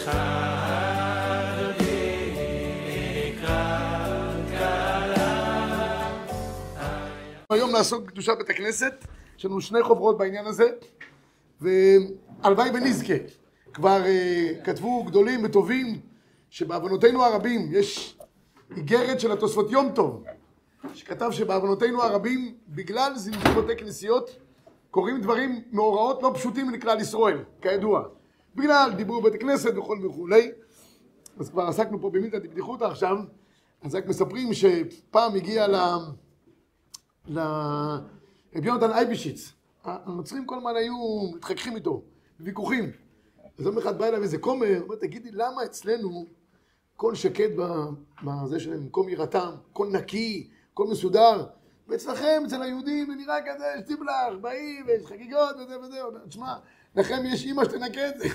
היום נעסוק בקדושת בית הכנסת, יש לנו שני חוברות בעניין הזה, והלוואי ונזכה. כבר כתבו גדולים וטובים שבעוונותינו הרבים, יש איגרת של התוספות יום טוב, שכתב שבעוונותינו הרבים, בגלל זלזול בתי כנסיות, קורים דברים מאורעות לא פשוטים לכלל ישראל, כידוע. בגלל דיבור בית הכנסת וכולי. אז כבר עסקנו פה במילתא דבדיחותא עכשיו, אז רק מספרים שפעם הגיע רבי יונתן אייבשיץ, הנוצרים כל הזמן היו מתחככים איתו, בוויכוחים. אז יום אחד בא אליו איזה כומר, אומר, תגידי, למה אצלנו כל שקט בזה שלהם, מקום יראתם, כל נקי, כל מסודר, ואצלכם, אצל היהודים, זה נראה כזה, יש טיבלח, באים, ויש חגיגות וזה וזה, תשמע, לכם יש אימא שתנקה את זה,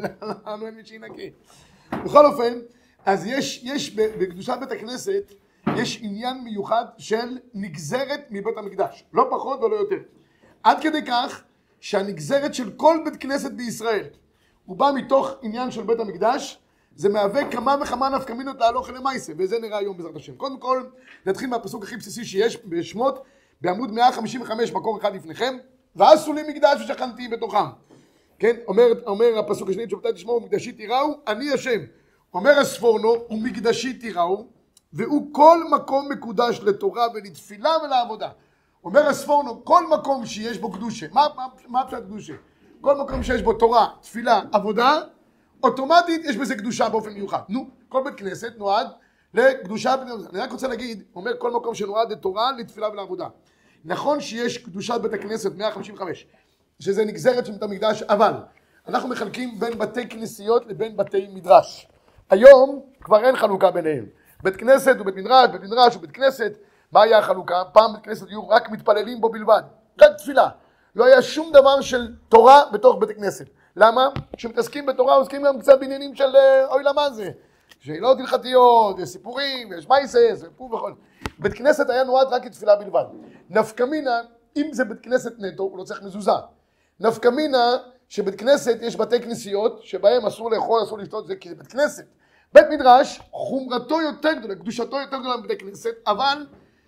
לנו אין מי שינקה. בכל אופן, אז יש בקדושת בית הכנסת, יש עניין מיוחד של נגזרת מבית המקדש, לא פחות ולא יותר. עד כדי כך שהנגזרת של כל בית כנסת בישראל, הוא בא מתוך עניין של בית המקדש, זה מהווה כמה וכמה נפקמינות להלכה למעשה, וזה נראה היום בעזרת השם. קודם כל, נתחיל מהפסוק הכי בסיסי שיש בשמות, בעמוד 155, מקור אחד לפניכם, ועשו לי מקדש ושכנתי בתוכם. כן, אומר הפסוק השני, שבתי תשמעו מקדשי תיראו, אני השם. אומר הספורנו, ומקדשי תיראו, והוא כל מקום מקודש לתורה ולתפילה ולעבודה. אומר הספורנו, כל מקום שיש בו קדושה, מה פשוט קדושה? כל מקום שיש בו תורה, תפילה, עבודה, אוטומטית יש בזה קדושה באופן מיוחד. נו, כל בית כנסת נועד לקדושה. אני רק רוצה להגיד, אומר כל מקום שנועד לתורה, לתפילה ולעבודה. נכון שיש קדושת בית הכנסת 155, שזה נגזרת של בית המקדש, אבל אנחנו מחלקים בין בתי כנסיות לבין בתי מדרש. היום כבר אין חלוקה ביניהם. בית כנסת ובית מדרש, בית מדרש ובית כנסת. מה היה החלוקה? פעם בית כנסת היו רק מתפללים בו בלבד, רק תפילה. לא היה שום דבר של תורה בתוך בית הכנסת. למה? כשמתעסקים בתורה עוסקים גם קצת בעניינים של אוי למה זה. שאלות הלכתיות, סיפורים, יש מייסס, ופה וכל. בית כנסת היה נועד רק לתפילה בלבד. נפקמינה, אם זה בית כנסת נטו, הוא לא צריך מזוזה. נפקמינה, שבית כנסת יש בתי כנסיות, שבהם אסור לאכול, אסור לשתות, זה כי זה בית כנסת. בית מדרש, חומרתו יותר גדולה, קדושתו יותר גדולה מבית כנסת, אבל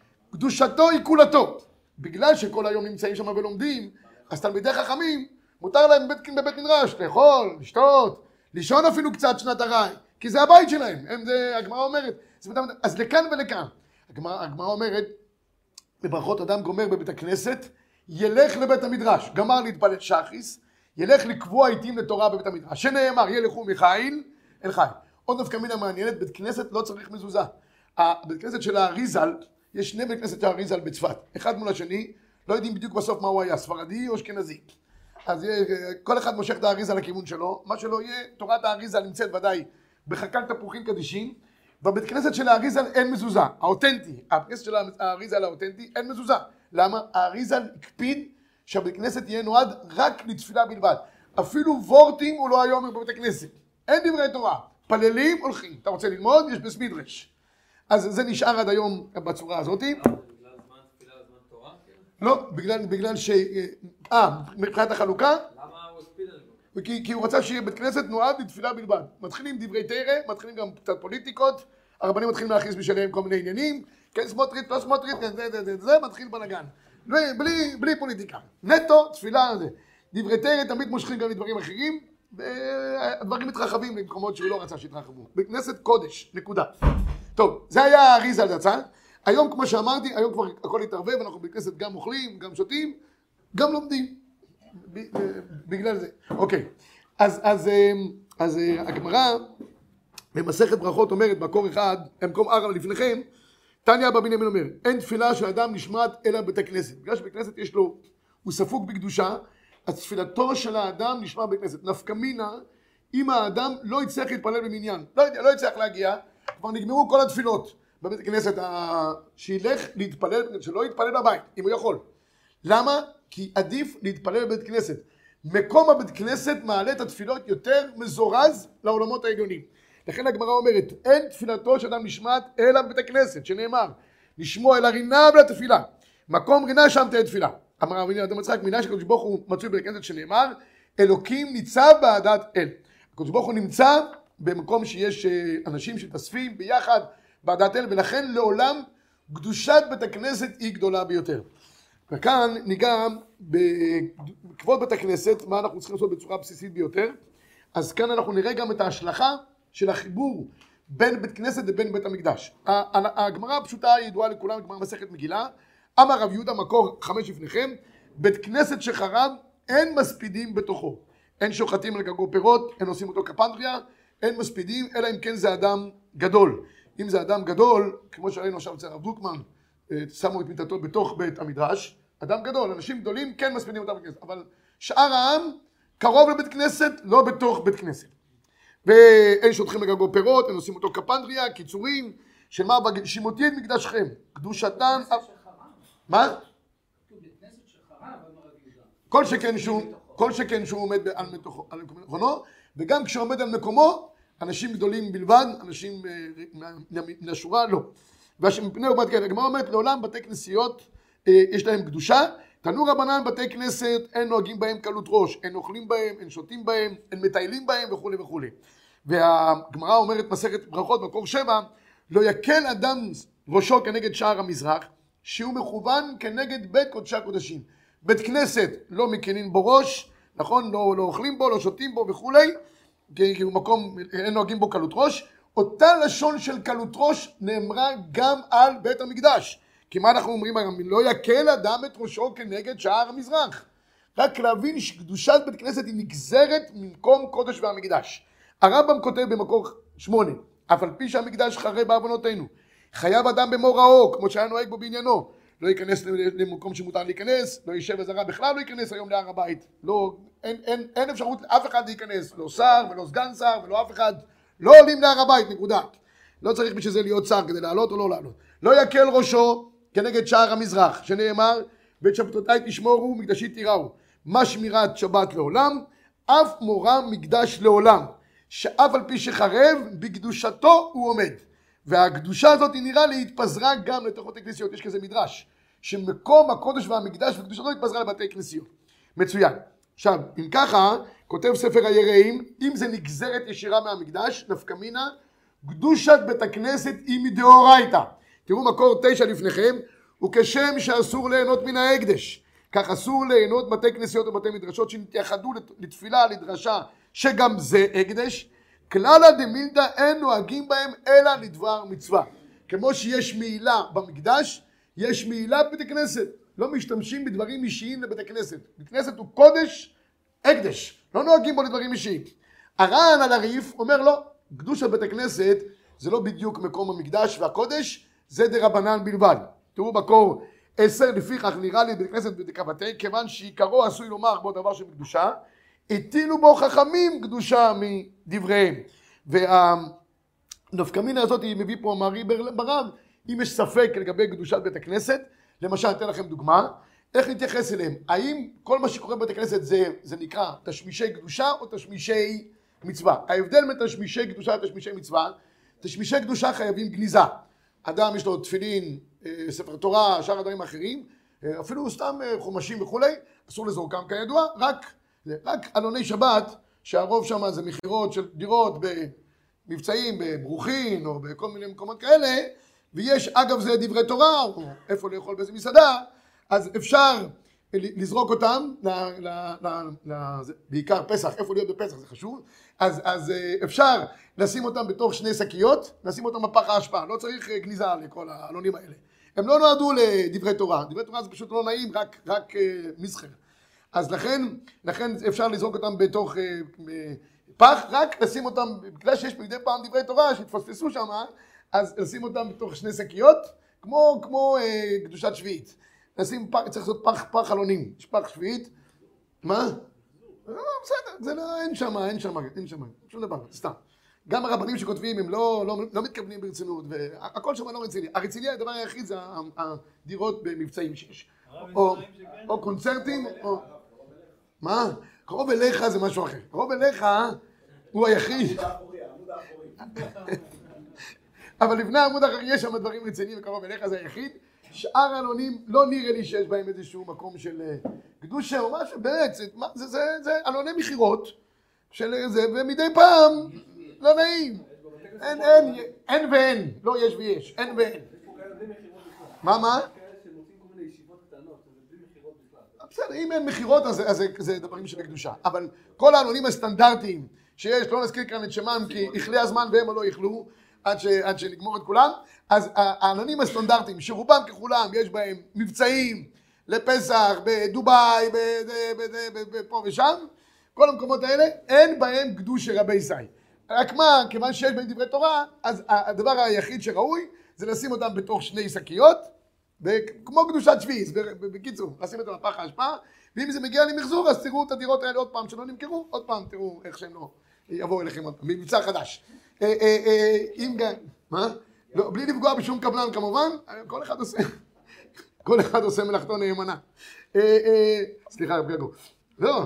קדושתו היא כולתו. בגלל שכל היום נמצאים שם ולומדים, אז תלמידי חכמים, מותר להם בבית מדרש לאכול, לשתות, לישון אפילו קצת שנת הרי, כי זה הבית שלהם, הגמרא אומרת. אז לכאן ולכאן. הגמרא אומרת, בברכות אדם גומר בבית הכנסת, ילך לבית המדרש, גמר להתפלל שחיס, ילך לקבוע עיתים לתורה בבית המדרש, שנאמר ילכו מחיל אל חיל. עוד נפקא מעניינת, בית כנסת לא צריך מזוזה. בית כנסת של האריזל, יש שני בית כנסת של האריזל בצפת, אחד מול השני, לא יודעים בדיוק בסוף מה הוא היה, ספרדי או אשכנזי. אז כל אחד מושך את האריזה לכיוון שלו, מה שלא יהיה, תורת האריזה נמצאת ודאי בחקל תפוחים קדישים, בבית כנסת של האריזה אין מזוזה, האותנטי, הבית כנסת של האריזה האותנטי אין מזוזה. למה? האריזה הקפיד שהבית כנסת יהיה נועד רק לתפילה בלבד. אפילו וורטים הוא לא היה אומר בבית הכנסת. אין דברי תורה, פללים הולכים, אתה רוצה ללמוד? יש בית מדרש. אז זה נשאר עד היום בצורה הזאת. לא, בגלל ש... מבחינת החלוקה? למה הוא הספיד על זה? כי הוא רצה שיהיה בית כנסת נועד לתפילה בלבד. מתחילים דברי תורה, מתחילים גם קצת פוליטיקות, הרבנים מתחילים להכניס בשביליהם כל מיני עניינים, כן סמוטריץ', לא סמוטריץ', זה מתחיל בלגן. בלי פוליטיקה. נטו, תפילה, זה. דברי תורה תמיד מושכים גם לדברים אחרים, והדברים מתרחבים למקומות שהוא לא רצה שיתרחבו. בית כנסת קודש, נקודה. טוב, זה היה האריזה על הצד. היום, כמו שאמרתי, היום כבר הכל התערבב, אנחנו בכנסת גם אוכלים, גם שותים, גם לומדים. בגלל זה. אוקיי. אז הגמרא במסכת ברכות אומרת, מקור אחד, במקום ארבע לפניכם, תניא אבא בנימין אומר, אין תפילה של אדם נשמעת אלא בית הכנסת. בגלל שבית הכנסת יש לו, הוא ספוג בקדושה, אז תפילתו של האדם נשמע בית הכנסת. נפקמינה, אם האדם לא יצטרך להתפלל במניין, לא יצטרך להגיע, כבר נגמרו כל התפילות. בבית הכנסת, שילך להתפלל, שלא יתפלל בבית, אם הוא יכול. למה? כי עדיף להתפלל בבית כנסת. מקום הבית כנסת מעלה את התפילות יותר מזורז לעולמות העליונים. לכן הגמרא אומרת, אין תפילתו שאדם נשמעת אלא בבית הכנסת, שנאמר, לשמוע אל הרינה ולתפילה. מקום רינה שם תהיה תפילה. אמר רבי אדם יצחק, מינה שקדוש ברוך הוא מצוי בבית כנסת שנאמר, אלוקים ניצב בעדת אל. הקדוש ברוך הוא נמצא במקום שיש אנשים שתאספים ביחד בעדת אל, ולכן לעולם קדושת בית הכנסת היא גדולה ביותר. וכאן ניגע בכבוד בית הכנסת, מה אנחנו צריכים לעשות בצורה בסיסית ביותר. אז כאן אנחנו נראה גם את ההשלכה של החיבור בין בית כנסת לבין בית המקדש. הגמרא הפשוטה ידועה לכולם, גמרא מסכת מגילה, אמר רב יהודה מקור 5 לפניכם, בית כנסת שחרב אין מספידים בתוכו, אין שוחטים על גגו פירות, אין עושים אותו כפנדריה, אין מספידים, אלא אם כן זה אדם גדול. אם זה אדם גדול, כמו שראינו עכשיו אצל הרב דרוקמן, שמו את מיטתו בתוך בית המדרש, אדם גדול, אנשים גדולים כן מספידים אותם בכנסת, אבל שאר העם קרוב לבית כנסת, לא בתוך בית כנסת. ואין שוטחים לגגו פירות, אין עושים אותו כפנדריה, קיצורים, שמה שימותי את מקדשכם, קדושתן... מה? כל שכן שהוא עומד על מקומו, וגם כשעומד על מקומו, אנשים גדולים בלבד, אנשים מן השורה לא. ומפני ובאת כאלה, הגמרא אומרת, לעולם בתי כנסיות יש להם קדושה, תנו רבנן בתי כנסת, אין נוהגים בהם קלות ראש, אין אוכלים בהם, אין שותים בהם, אין מטיילים בהם וכו' וכו'. והגמרא אומרת מסכת ברכות מקור 7, לא יקל אדם ראשו כנגד שער המזרח, שהוא מכוון כנגד בית קודשי הקודשים. בית כנסת לא מקנין בו ראש, נכון? לא אוכלים בו, לא שותים בו וכו', כי הוא מקום, אין נוהגים בו קלות ראש. אותה לשון של קלות ראש נאמרה גם על בית המקדש. כי מה אנחנו אומרים? לא יקל אדם את ראשו כנגד שער המזרח. רק להבין שקדושת בית כנסת היא נגזרת ממקום קודש והמקדש. הרמב"ם כותב במקור 8, אף על פי שהמקדש חרב בעוונותינו, חייב אדם במוראו, כמו שהיה נוהג בו בעניינו, לא ייכנס למקום שמותר להיכנס, לא יישב בזרה, בכלל לא ייכנס היום להר הבית. לא, אין אפשרות לאף אחד להיכנס, לא שר ולא סגן שר ולא אף אחד, לא עולים להר הבית, נקודה. לא צריך בשביל זה להיות שר כדי לעלות או לא לעלות. לא יקל ראשו כנגד שער המזרח, שנאמר, בית שבתותיי תשמורו, מקדשי תיראו. מה שמירת שבת לעולם, אף מורה מקדש לעולם, שאף על פי שחרב, בקדושתו הוא עומד. והקדושה הזאת היא נראה לי התפזרה גם לתוך בתי כנסיות, יש כזה מדרש, שמקום הקודש והמקדש וקדושתו התפזרה לבתי כנסיות. מצוין. עכשיו, אם ככה, כותב ספר היראים, אם זה נגזרת ישירה מהמקדש, נפקא מינה, קדושת בית הכנסת היא מדאורייתא. תראו מקור 9 לפניכם, וכשם שאסור ליהנות מן ההקדש, כך אסור ליהנות בתי כנסיות ובתי מדרשות שנתייחדו לתפילה, לדרשה, שגם זה הקדש, כללה דמילתא אין נוהגים בהם אלא לדבר מצווה. כמו שיש מעילה במקדש, יש מעילה בבית הכנסת. לא משתמשים בדברים אישיים לבית הכנסת. בית הכנסת הוא קודש, הקדש. לא נוהגים בו לדברים אישיים. הר"ן על הריף אומר לא, קדושת בית הכנסת זה לא בדיוק מקום המקדש והקודש, זה דרבנן בלבד. תראו מקור 10, לפיכך נראה לי בית הכנסת בדקבתי, כיוון שעיקרו עשוי לומר בו דבר של קדושה, הטילו בו חכמים קדושה מדבריהם. והנפקא מינה הזאת היא מביא פה מארי ברב, אם יש ספק לגבי קדושת בית הכנסת, למשל אתן לכם דוגמה, איך נתייחס אליהם? האם כל מה שקורה בבית הכנסת זה נקרא תשמישי קדושה או תשמישי מצווה? ההבדל בין תשמישי קדושה לתשמישי מצווה, תשמישי קדושה חייבים גניזה. אדם יש לו תפילין, ספר תורה, שאר הדברים האחרים, אפילו סתם חומשים וכולי, אסור לזרוקם כידוע, רק עלוני שבת, שהרוב שם זה מכירות של דירות במבצעים בברוכין או בכל מיני מקומות כאלה, ויש אגב זה דברי תורה או איפה לאכול באיזה מסעדה, אז אפשר לזרוק אותם, בעיקר פסח, איפה להיות בפסח זה חשוב, אז אפשר לשים אותם בתוך 2 שקיות, לשים אותם בפח האשפה, לא צריך גניזה לכל העלונים האלה. הם לא נועדו לדברי תורה, דברי תורה זה פשוט לא נעים, רק מזכר. אז לכן אפשר לזרוק אותם בתוך פח, רק לשים אותם, בגלל שיש מדי פעם דברי תורה שהתפספסו שם, אז לשים אותם בתוך 2 שקיות, כמו קדושת שביעית. צריך לעשות פח חלונים, יש פח שביעית. מה? בסדר, זה לא, אין שם, שום דבר, סתם. גם הרבנים שכותבים הם לא מתכוונים ברצינות, והכל שם לא רציני. הרציני הדבר היחיד זה הדירות במבצעים שיש. או קונצרטים, או... מה? קרוב אליך זה משהו אחר. קרוב אליך הוא היחיד. אבל לפני העמוד האחר יש שם דברים רציניים וקרוב אליך זה היחיד. שאר העלונים לא נראה לי שיש בהם איזשהו מקום של קדושה או משהו. באמת, זה עלוני מכירות של זה, ומדי פעם לא נעים. אין ואין, לא יש ויש, אין ואין. מה? בסדר, אם אין מחירות אז זה דברים שבקדושה. אבל כל הענונים הסטנדרטיים שיש, לא נזכיר כאן את שמם כי יכלה הזמן והם לא יכלו עד שנגמור את כולם, אז הענונים הסטנדרטיים שרובם ככולם יש בהם מבצעים לפסח, בדובאי, פה ושם, כל המקומות האלה אין בהם קדוש של רבי ישראל. רק מה, כיוון שיש בהם דברי תורה, אז הדבר היחיד שראוי זה לשים אותם בתוך שני שקיות, כמו קדושת שביעית, בקיצור, לשים אותם בפח האשפה, ואם זה מגיע למחזור, אז תראו את הדירות האלה עוד פעם שלא נמכרו, עוד פעם תראו איך שהם לא יבואו אליכם עוד פעם, מבצע חדש. אם גם, מה? לא, בלי לפגוע בשום קבלן כמובן, כל אחד עושה מלאכתו נאמנה. סליחה, גגו. לא,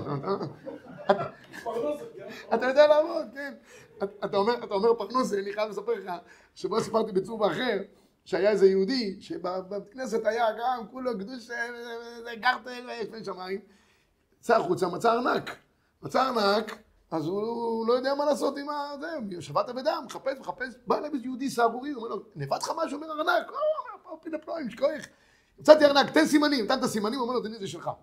אתה יודע לעבוד, כן. אתה אומר פרנוסה, אני חייב לספר לך, שבו סיפרתי בצור אחר, שהיה איזה יהודי, שבכנסת היה גם כולו קדוש, גרטל ויש שמיים, יצא החוצה, מצא ארנק, אז הוא לא יודע מה לעשות עם זה, שבת אבדה, מחפש, בא אליו איזה יהודי סערורי, הוא אומר לו, נבד לך משהו, אומר ארנק, פה פינה פלואים, שכוח. יצאתי ארנק, תן סימנים, נתן את הסימנים, הוא אומר לו, תן לי זה שלך,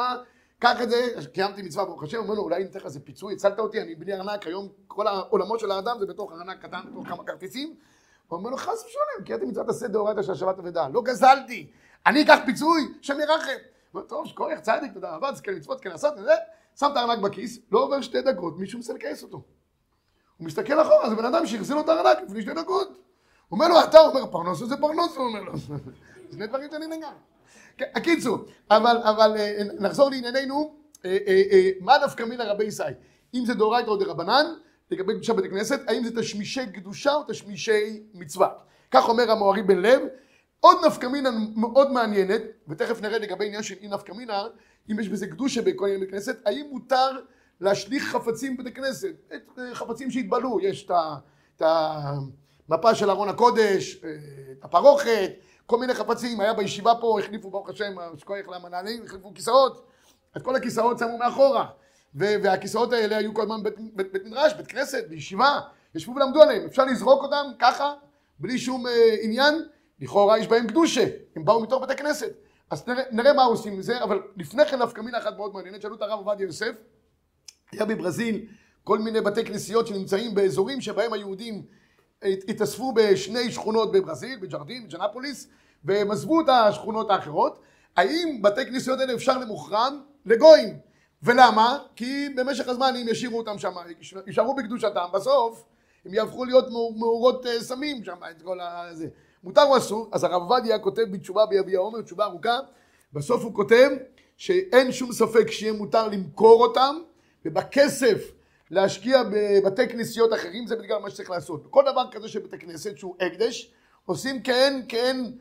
קח את זה, קיימתי מצווה ברוך השם, הוא אומר לו, אולי ניתן לך איזה פיצוי, הצלת אותי, אני בלי ארנק, היום כל העולמות של האדם זה בתוך ארנק קטן, בתוך כמה כרטיסים, הוא אומר לו, חס ושלום, קיימתי מצוות עשה דאורייתא של שבת אבדה, לא גזלתי, אני אקח פיצוי, שם ירחם. הוא אומר, טוב, שכוח צדיק, תודה רבה, זה כן מצוות, כן לעשות, שם את הארנק בכיס, לא עובר 2 דקות, מישהו מנסה לכייס אותו. הוא מסתכל אחורה, זה בן אדם שהחזיר לו את הארנק לפני 2 דקות. הוא אומר לו, אתה אומר, פרנוסו זה פרנוסו, הוא אומר לו. זה שני דברים שאני נגע. הקיצור, אבל נחזור לענייננו, מה נפקא מינה רבי ישראל? אם זה דאורייתא או דרבנן, לגבי קדושת בית הכנסת, האם זה תשמישי קדושה או תשמישי מצווה? כך אומר המוהרי בן לב. עוד נפקא מינה מאוד מעניינת, ותכף נראה לגבי עניין של אי נפקא מינה, אם יש בזה קדושה בכל עניין בית כנסת, האם מותר להשליך חפצים בבית הכנסת? חפצים שהתבלו, יש את המפה של ארון הקודש, את הפרוכת, כל מיני חפצים, היה בישיבה פה, החליפו ברוך השם, שכוח למנהלים, החליפו כיסאות, את כל הכיסאות שמו מאחורה, והכיסאות האלה היו כל הזמן בית מדרש, בית כנסת, בישיבה, ישבו ולמדו עליהם, אפשר לזרוק אותם ככה, בלי שום עניין, לכאורה יש בהם קדושה, הם באו מתוך בית הכנסת, אז נראה מה עושים עם זה, אבל לפני כן נפקא מינה אחת מאוד מעניינת, שאלו את הרב עובדיה יוסף, היה בברזיל כל מיני בתי כנסיות שנמצאים באזורים שבהם היהודים התאספו בשני שכונות בברזיל, בג'רדין, בג'נפוליס, והם עזבו את השכונות האחרות. האם בתי כנסיות האלה אפשר למוכרם? לגויים. ולמה? כי במשך הזמן אם ישאירו אותם שם, יישארו בקדושתם, בסוף הם יהפכו להיות מאורות סמים שם, את כל הזה. מותר או אסור? אז הרב עובדיה כותב בתשובה ביביע עומר, תשובה ארוכה, בסוף הוא כותב שאין שום ספק שיהיה מותר למכור אותם, ובכסף להשקיע בבתי כנסיות אחרים, זה בגלל מה שצריך לעשות. כל דבר כזה של בית הכנסת שהוא הקדש, עושים כהן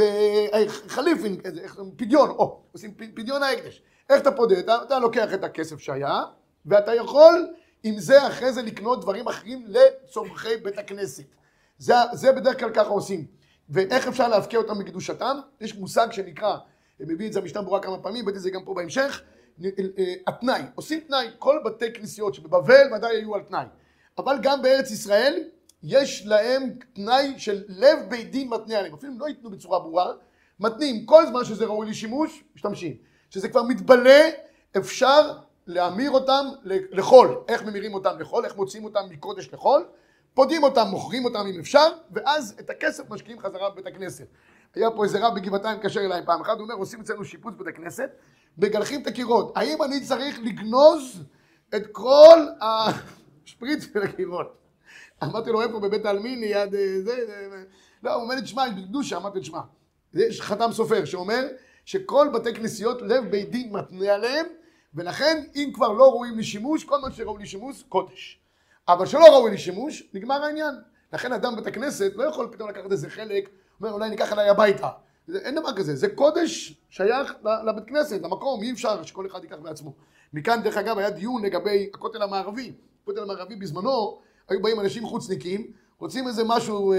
חליפין, פדיון, עושים פדיון ההקדש. איך אתה פודד? אתה לוקח את הכסף שהיה, ואתה יכול עם זה אחרי זה לקנות דברים אחרים לצורכי בית הכנסת. זה בדרך כלל ככה עושים. ואיך אפשר להפקיע אותם בקדושתם? יש מושג שנקרא, מביא את זה המשנה ברורה כמה פעמים, הבאתי את זה גם פה בהמשך, התנאי, עושים תנאי, כל בתי כנסיות שבבבל ודאי היו על תנאי, אבל גם בארץ ישראל יש להם תנאי של לב בית דין מתנה עליהם, אפילו לא ייתנו בצורה ברורה, מתנים, כל זמן שזה ראוי לשימוש, משתמשים, שזה כבר מתבלה, אפשר להמיר אותם לחול. איך ממירים אותם לחול, איך מוציאים אותם מקודש לחול, פודים אותם, מוכרים אותם אם אפשר, ואז את הכסף משקיעים חזרה בבית הכנסת. היה פה איזה רב בגבעתיים קשר אליי פעם אחת, הוא אומר, עושים אצלנו שיפוץ בית הכנסת, מגלחים את הקירות. האם אני צריך לגנוז את כל השפריץ של הקירות? אמרתי לו, איפה בבית העלמין ליד זה? לא, הוא אומר לי, תשמע, יש בקדושה, אמרתי, תשמע. יש חתם סופר שאומר שכל בתי כנסיות לב בית דין מתנה עליהם, ולכן אם כבר לא ראויים לשימוש, כל מה שראוי לשימוש, קודש. אבל שלא ראוי לשימוש, נגמר העניין. לכן אדם בית הכנסת לא יכול פתאום לקחת איזה חלק, אומר, אולי ניקח אליי הביתה. אין דבר כזה, זה קודש שייך לבית כנסת, למקום, אי אפשר שכל אחד ייקח בעצמו. מכאן דרך אגב היה דיון לגבי הכותל המערבי. הכותל המערבי בזמנו, היו באים אנשים חוצניקים, רוצים איזה משהו,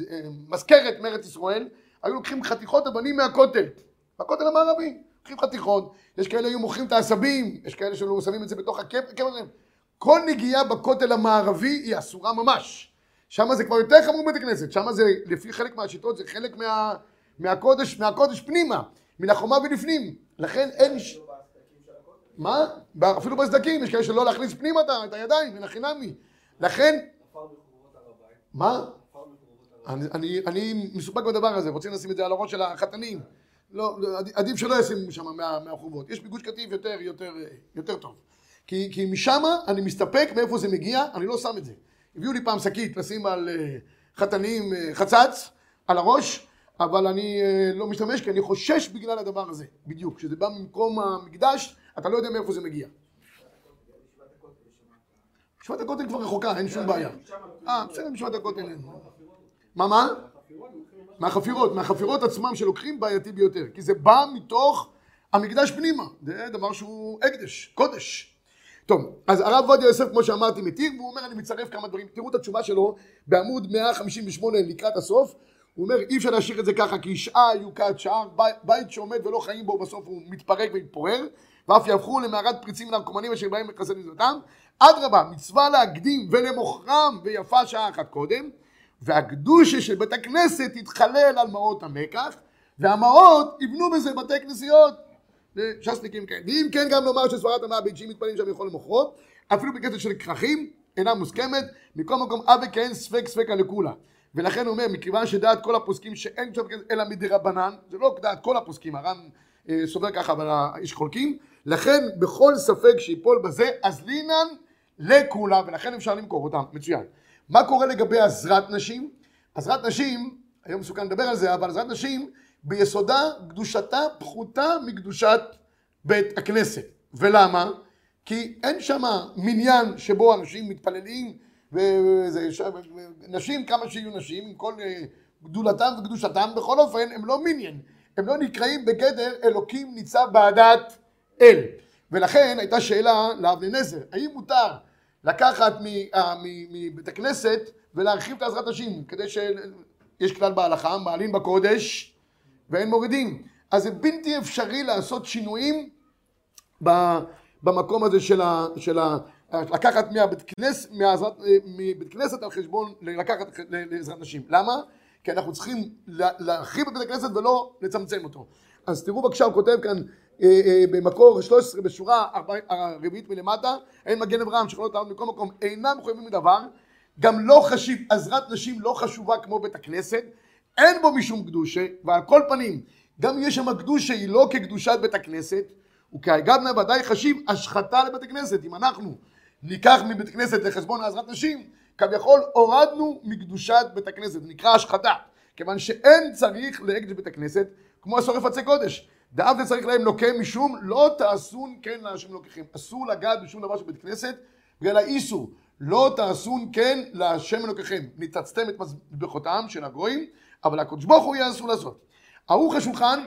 מזכרת מארץ ישראל, היו לוקחים חתיכות אבנים מהכותל, בכותל המערבי, לוקחים חתיכות, יש כאלה היו מוכרים את העשבים, יש כאלה שלא שמים את זה בתוך הקבר, כל נגיעה בכותל המערבי היא אסורה ממש. שם זה כבר יותר חמור בית הכנסת, שם זה לפי חלק מהשיטות, זה חלק מהקודש פנימה, מן החומה ולפנים. לכן אין... מה? אפילו בסדקים, יש כאלה שלא להכניס פנימה את הידיים, מן החינמי. לכן... מה? אני מסופק בדבר הזה, רוצים לשים את זה על הראש של החתנים. לא, עדיף שלא ישימו שם מהחובות. יש בגוש קטיף יותר טוב. כי משם אני מסתפק מאיפה זה מגיע, אני לא שם את זה. הביאו לי פעם שקית לשים על חתנים חצץ, על הראש, אבל אני לא משתמש, כי אני חושש בגלל הדבר הזה. בדיוק, כשזה בא ממקום המקדש, אתה לא יודע מאיפה זה מגיע. משפט הכותל כבר רחוקה, אין שום בעיה. בסדר, משפט הכותל אין. מה? מהחפירות עצמם שלוקחים בעייתי ביותר, כי זה בא מתוך המקדש פנימה. זה דבר שהוא הקדש, קודש. טוב, אז הרב עובדיה יוסף, כמו שאמרתי, מתיר, והוא אומר, אני מצרף כמה דברים. תראו את התשובה שלו בעמוד 158 לקראת הסוף. הוא אומר, אי אפשר להשאיר את זה ככה, כי שעה יוקד שער, בית שעומד ולא חיים בו, בסוף הוא מתפרק ומתפורר, ואף יהפכו למערת פריצים ולמקומנים אשר בהם מחסד מזותם. אדרבה, מצווה להקדים ולמוכרם ויפה שעה אחת קודם, והקדושה של בית הכנסת תתחלל על מעות המקח, והמעות יבנו בזה בתי כנסיות. שסניקים כן. ואם כן גם לומר שסברת המעביד שאם מתפלים שם יכול למוכרות, אפילו בקטע של כרכים אינה מוסכמת, מכל מקום אבי כאין ספק לכולה. ולכן הוא אומר, מכיוון שדעת כל הפוסקים שאין שם אלא מדרבנן, זה לא דעת כל הפוסקים, הר"ן סובר ככה, אבל יש חולקים, לכן בכל ספק שיפול בזה, אז לינן לכולה, ולכן אפשר למכור אותם. מצוין. מה קורה לגבי עזרת נשים? עזרת נשים, היום מסוכן לדבר על זה, אבל עזרת נשים ביסודה קדושתה פחותה מקדושת בית הכנסת. ולמה? כי אין שם מניין שבו אנשים מתפללים, ונשים כמה שיהיו נשים, עם כל גדולתם וקדושתם, בכל אופן הם לא מניין, הם לא נקראים בגדר אלוקים ניצב בעדת אל. ולכן הייתה שאלה לאבני נזר, האם מותר לקחת מבית הכנסת ולהרחיב את עזרת נשים, כדי שיש כלל בהלכה, מעלים בקודש ואין מורידים. אז זה בלתי אפשרי לעשות שינויים במקום הזה של לקחת מבית כנסת על חשבון לקחת לעזרת נשים. למה? כי אנחנו צריכים להרחיב את בית הכנסת ולא לצמצם אותו. אז תראו בבקשה, הוא כותב כאן במקור 13 בשורה הרביעית מלמטה, אין מגן אברהם שכונות לעלות מכל מקום אינם מחויבים מדבר, גם לא חשיב, עזרת נשים לא חשובה כמו בית הכנסת, אין בו משום קדושה, ועל כל פנים, גם יש שם קדושה היא לא כקדושת בית הכנסת, וכהגבנה ודאי חשיב השחתה לבית הכנסת. אם אנחנו ניקח מבית הכנסת לחשבון עזרת נשים, כביכול הורדנו מקדושת בית הכנסת, נקרא השחתה, כיוון שאין צריך להקדש בית הכנסת, כמו השורף עצי קודש. דאב זה צריך להם לוקה משום, לא תעשון כן להשם לוקחים. אסור לגעת בשום דבר של בית כנסת, בגלל האיסור. לא תעשון כן להשם לוקחים. ניתצתם את מזבחותם של הגויים, אבל הקדוש ברוך הוא יהיה אסור לעשות. ערוך השולחן...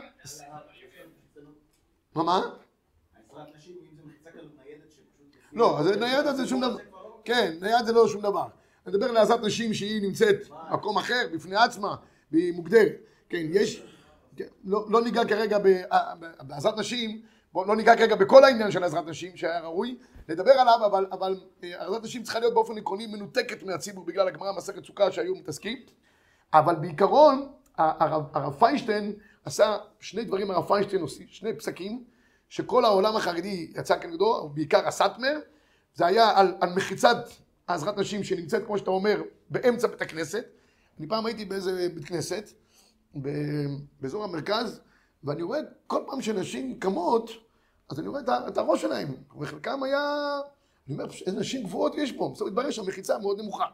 מה? עזרת נשים, אם זה מחיצה כזאת ניידת שפשוט... לא, אז ניידת זה שום דבר. כן, נייד זה לא שום דבר. אני מדבר לעזרת נשים שהיא נמצאת במקום אחר, בפני עצמה, והיא מוגדרת. כן, יש... לא ניגע כרגע בעזרת נשים, לא ניגע כרגע בכל העניין של עזרת נשים שהיה ראוי לדבר עליו, אבל עזרת נשים צריכה להיות באופן עקרוני מנותקת מהציבור בגלל הגמרא מסכת סוכה שהיו מתעסקים. אבל בעיקרון הרב פיינשטיין עשה שני דברים, הרב פיינשטיין עושה שני פסקים שכל העולם החרדי יצא כנגדו, בעיקר הסאטמר. זה היה על מחיצת עזרת נשים שנמצאת, כמו שאתה אומר, באמצע בית הכנסת. אני פעם הייתי באיזה בית כנסת באזור המרכז, ואני רואה כל פעם שנשים קמות, אז אני רואה את הראש שלהם, וחלקם היה, אני אומר, איזה נשים גבוהות יש פה, בסוף התברר שהמחיצה מאוד נמוכה.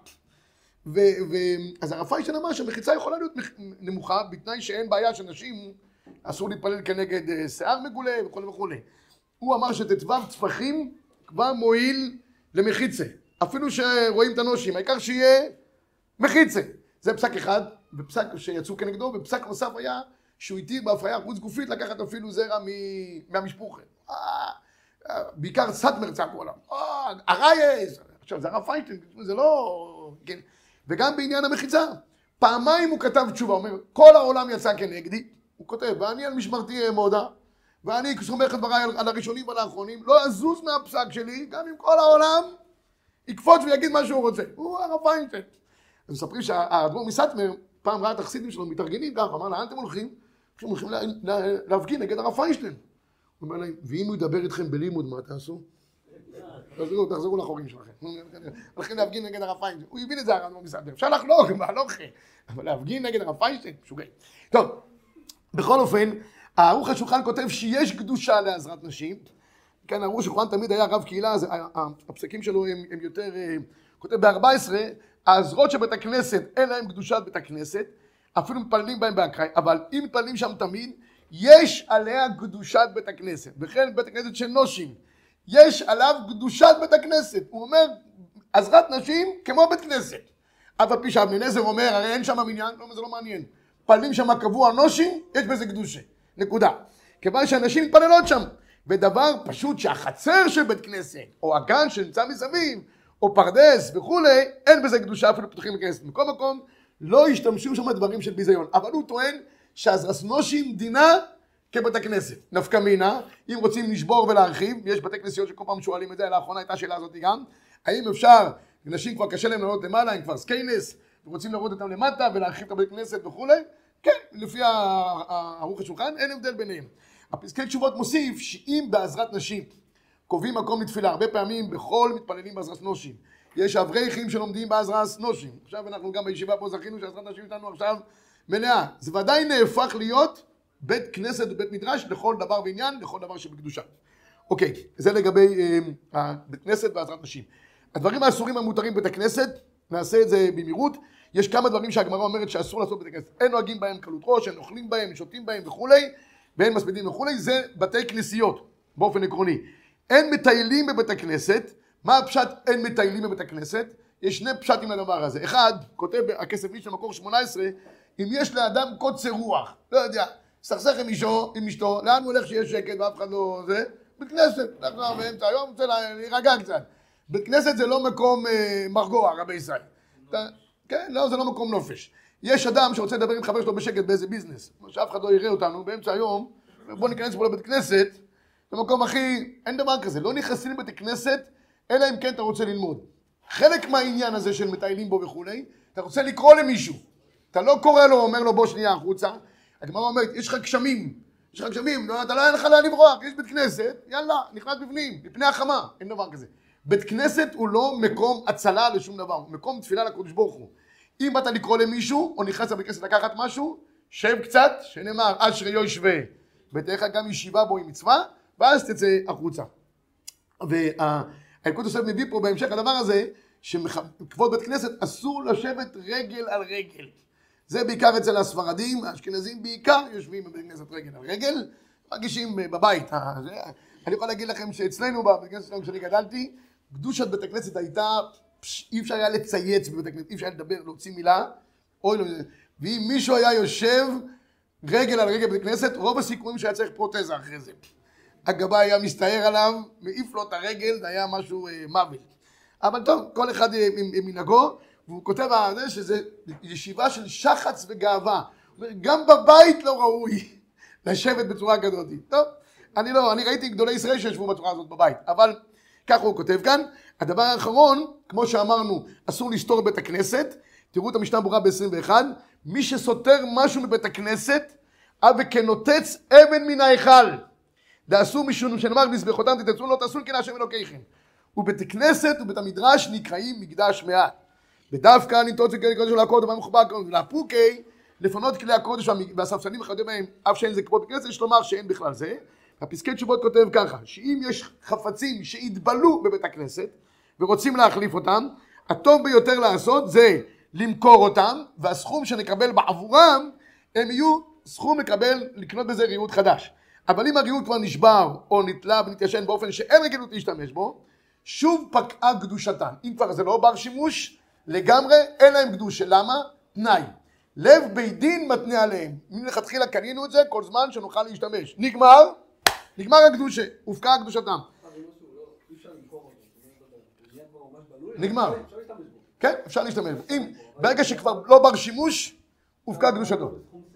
אז הרב פיינשטיין אמר שהמחיצה יכולה להיות נמוכה, בתנאי שאין בעיה שנשים אסור להתפלל כנגד שיער מגולה וכו' וכו'. הוא אמר שט"ו טפחים כבר מועיל למחיצה, אפילו שרואים את הנושים, העיקר שיהיה מחיצה. זה פסק אחד, בפסק שיצאו כנגדו, ופסק נוסף היה שהוא התיר בהפריה חוץ גופית לקחת אפילו זרע מהמשפוחה. בעיקר סאטמר צעקו עליו, הרייס, עכשיו זה הרב פיינשטיין, זה לא... כן. וגם בעניין המחיצה, פעמיים הוא כתב תשובה, הוא אומר, כל העולם יצא כנגדי, הוא כותב, ואני על משמרתי אעמודה, ואני סומך את דבריי על הראשונים ועל האחרונים, לא אזוז מהפסק שלי, גם אם כל העולם יקפוץ ויגיד מה שהוא רוצה. הוא הרב פיינשטיין. אז מספרים שהאדמו"ר מסאטמר פעם ראה את החסידים שלו מתארגנים ככה, אמר, לאן אתם הולכים? הם הולכים להפגין נגד הרב פיינשטיין. הוא אומר להם, ואם הוא ידבר איתכם בלימוד, מה תעשו? תחזרו לחורים שלכם. הולכים להפגין נגד הרב פיינשטיין. הוא הבין את זה האדמו"ר מסאטמר. אפשר לחלוק, אבל להפגין נגד הרב פיינשטיין, משוגע. טוב, בכל אופן, הערוך השולחן כותב שיש קדושה לעזרת נשים. כן, הערוך השולחן תמיד היה רב קהילה, הפסקים שלו הם יותר, כותב ב-14, העזרות של בית הכנסת, אין להם קדושת בית הכנסת, אפילו מתפללים בהם באקראי, אבל אם מתפללים שם תמיד, יש עליה קדושת בית הכנסת. וכן בית הכנסת של נושים, יש עליו קדושת בית הכנסת. הוא אומר, עזרת נשים כמו בית כנסת. אף על פי שאבני נזר אומר, הרי אין שם מניין, לא, זה לא מעניין. מתפללים שם קבוע נושים, יש בזה קדושה. נקודה. כיוון שאנשים מתפללות שם. ודבר פשוט שהחצר של בית כנסת, או הגן שנמצא מסביב, או פרדס וכולי, אין בזה קדושה אפילו פתוחים לכנסת. מכל מקום, לא ישתמשו שם דברים של ביזיון. אבל הוא טוען שעזרת נושים דינה כבית הכנסת. נפקא מינה, אם רוצים לשבור ולהרחיב, יש בתי כנסיות שכל פעם שואלים את זה, לאחרונה הייתה שאלה הזאת גם, האם אפשר, נשים כבר קשה להם לעלות למעלה, הם כבר סקיינס, ורוצים לראות אותם למטה ולהרחיב את הבית כנסת וכולי, כן, לפי הערוך השולחן, אין הבדל ביניהם. הפסקי תשובות מוסיף שאם בעזרת נשים קובעים מקום לתפילה, הרבה פעמים בכל מתפללים בעזרת נושים, יש אברכים שלומדים בעזרת נושים. עכשיו אנחנו גם בישיבה פה זכינו שעזרת נשים איתנו עכשיו מלאה. זה ודאי נהפך להיות בית כנסת ובית מדרש לכל דבר ועניין, לכל דבר שבקדושה. אוקיי, זה לגבי בית כנסת בעזרת נשים. הדברים האסורים המותרים בבית הכנסת, נעשה את זה במהירות. יש כמה דברים שהגמרא אומרת שאסור לעשות בבית הכנסת. אין נוהגים בהם קלות ראש, אין אוכלים בהם, שותים בהם וכולי, ואין מספידים וכולי. זה בתי כנסיות באופן עקרוני. אין מטיילים בבית הכנסת. מה הפשט אין מטיילים בבית הכנסת? יש שני פשטים לדבר הזה. אחד, כותב הכסף איש למקור 18, אם יש לאדם קוצר רוח, לא יודע, סכסך עם אשתו, לאן הוא הולך שיש שקט ואף אחד לא זה? בית כנסת, אנחנו באמצע היום, רוצה להירגע קצת. בית כנסת זה לא מקום מרגוע, רבי ישראל. כן, לא, זה לא מקום נופש. יש אדם שרוצה לדבר עם חבר שלו בשקט באיזה ביזנס, שאף אחד לא יראה אותנו באמצע היום, בוא ניכנס פה לבית כנסת, במקום הכי, אין דבר כזה, לא נכנסים לבית כנסת, אלא אם כן אתה רוצה ללמוד. חלק מהעניין הזה של מטיילים בו וכולי, אתה רוצה לקרוא למישהו. אתה לא קורא לו, אומר לו בוא שנייה החוצה. הגמרא אומרת, יש לך גשמים, אתה לא אין לך לאן לברוח, יש בית כנסת, יאללה, נכנס בפנים, מפני החמה, אין דבר כזה. בית כנסת הוא לא מקום הצלה לשום דבר, הוא מקום תפילה לקדוש ברוך הוא. אם באת לקרוא למישהו, או נכנס לבית כנסת לקחת משהו, שב קצת, שנאמר, אשרי יושבי, ותהיה גם ישיבה בו עם מצווה, ואז תצא החוצה. והאלוקות יוסף מביא פה בהמשך הדבר הזה, שכבוד בית כנסת אסור לשבת רגל על רגל. זה בעיקר אצל הספרדים, האשכנזים בעיקר יושבים בבית כנסת רגל על רגל, מרגישים בבית. אני יכול להגיד לכם שאצלנו בבית כנסת שלנו כשאני גדלתי, קדושת בית הכנסת הייתה, אי אפשר היה לצייץ בבית הכנסת, אי אפשר היה לדבר, להוציא מילה, ואם מישהו היה יושב רגל על רגל בבית כנסת, רוב הסיכויים שהיה צריך פרוטזה אחרי זה. הגבאי היה מסתער עליו, מעיף לו את הרגל, זה היה משהו מוות. אבל טוב, כל אחד עם מנהגו, והוא כותב על זה שזה ישיבה של שחץ וגאווה. גם בבית לא ראוי לשבת בצורה כזאת. טוב, אני ראיתי גדולי ישראל שישבו בצורה הזאת בבית, אבל ככה הוא כותב כאן. הדבר האחרון, כמו שאמרנו, אסור לסתור בית הכנסת. תראו את המשנה ברורה ב-21, מי שסותר משהו מבית הכנסת, אבי כנוטץ אבן מן ההיכל. דעשו משום שנאמר מזבחותם תתצאו לא תעשו כן השם אלוקיכם. ובית כנסת ובית המדרש נקראים מקדש מעט. ודווקא לנטוץ וכלי קודש ולעקוד ומה מחובר ולהפוקי, לפנות כלי הקודש והספסלים וכדומה בהם, אף שאין זה כמו בית כנסת, יש לומר שאין בכלל זה. הפסקי תשובות כותב ככה, שאם יש חפצים שהתבלו בבית הכנסת ורוצים להחליף אותם, הטוב ביותר לעשות זה למכור אותם, והסכום שנקבל בעבורם, הם יהיו סכום לקנות בזה ריהוט חדש. אבל אם הריהוט כבר נשבר או נתלה ונתיישן באופן שאין רגילות להשתמש בו, שוב פקעה קדושתן. אם כבר זה לא בר שימוש, לגמרי אין להם קדושה. למה? תנאי. לב בית דין מתנה עליהם. מלכתחילה קנינו את זה כל זמן שנוכל להשתמש. נגמר הקדושה, הופקעה קדושתם. נגמר. כן, אפשר להשתמש בו. אם ברגע שכבר לא בר שימוש, הופקעה קדושתו.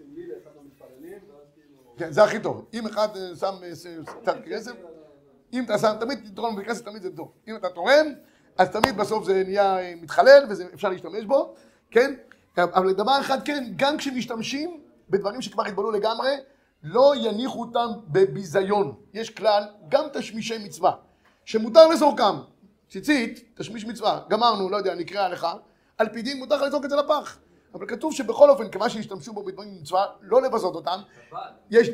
כן, זה הכי טוב. אם אחד שם קצת כסף, אם אתה שם, תמיד תתרום בכסף, תמיד זה טוב. אם אתה תורם, אז תמיד בסוף זה נהיה מתחלל ואפשר להשתמש בו, כן? אבל לדבר אחד כן, גם כשמשתמשים בדברים שכבר התבלו לגמרי, לא יניחו אותם בביזיון. יש כלל, גם תשמישי מצווה, שמותר לזורקם. ציצית, תשמיש מצווה, גמרנו, לא יודע, נקרא לך, על פי דין מותר לזרוק את זה לפח. אבל כתוב שבכל אופן, כמה שהשתמשו בו בדברים מצווה, לא לבזות אותם. יש...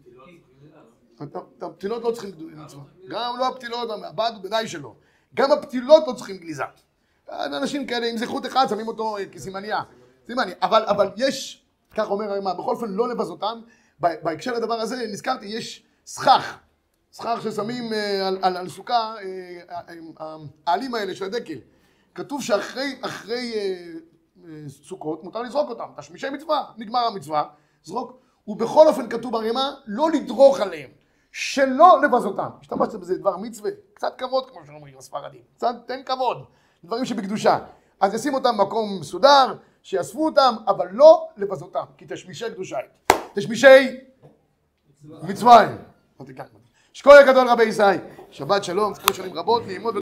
הפתילות לא צריכים מצווה. גם לא הפתילות, הבד הוא בדי שלו. גם הפתילות לא צריכים גליזה. אנשים כאלה, אם זה חוט אחד, שמים אותו כסימניה. אבל יש, כך אומר הרמ"א, בכל אופן לא לבזותם. בהקשר לדבר הזה, נזכרתי, יש סכך. סכך ששמים על סוכה, העלים האלה של הדקל. כתוב שאחרי סוכות מותר לזרוק אותם. תשמישי מצווה, נגמר המצווה, זרוק. ובכל אופן כתוב ברמ"א, לא לדרוך עליהם. שלא לבזותם. השתמשת בזה דבר מצווה, קצת כבוד, כמו שאומרים הספרדים. קצת תן כבוד. דברים שבקדושה. אז ישים אותם במקום מסודר, שיאספו אותם, אבל לא לבזותם. כי תשמישי קדושה. תשמישי מצווה. שכוייך גדול רבי ישראל. שבת שלום, זכו שנים רבות, ללמוד